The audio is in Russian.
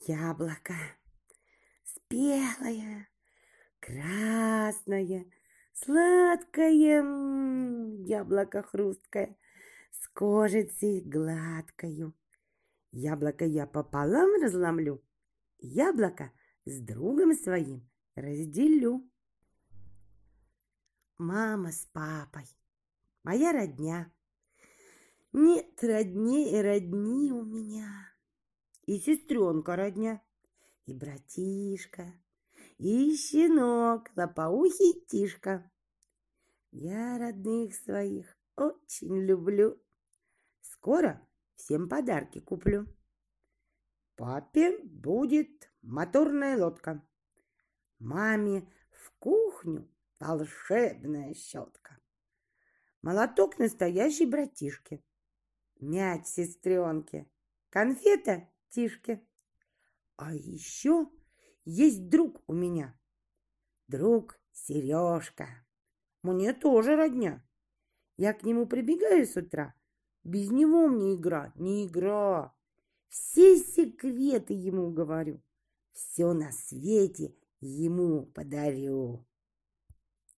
Яблоко спелое, красное, сладкое, яблоко хрусткое, с кожицей гладкою. Яблоко я пополам разломлю, яблоко с другом своим разделю. Мама с папой, моя родня. Нет роднее родни у меня. И сестренка родня, и братишка, и щенок, лопоухий Тишка. Я родных своих очень люблю. Скоро всем подарки куплю. Папе будет моторная лодка, маме в кухню волшебная щетка, молоток настоящей братишке, мяч сестренке, конфета Тишке. А еще есть друг у меня, друг Сережка. Мне тоже родня. Я к нему прибегаю с утра, без него мне игра не игра. Все секреты ему говорю, все на свете ему подарю.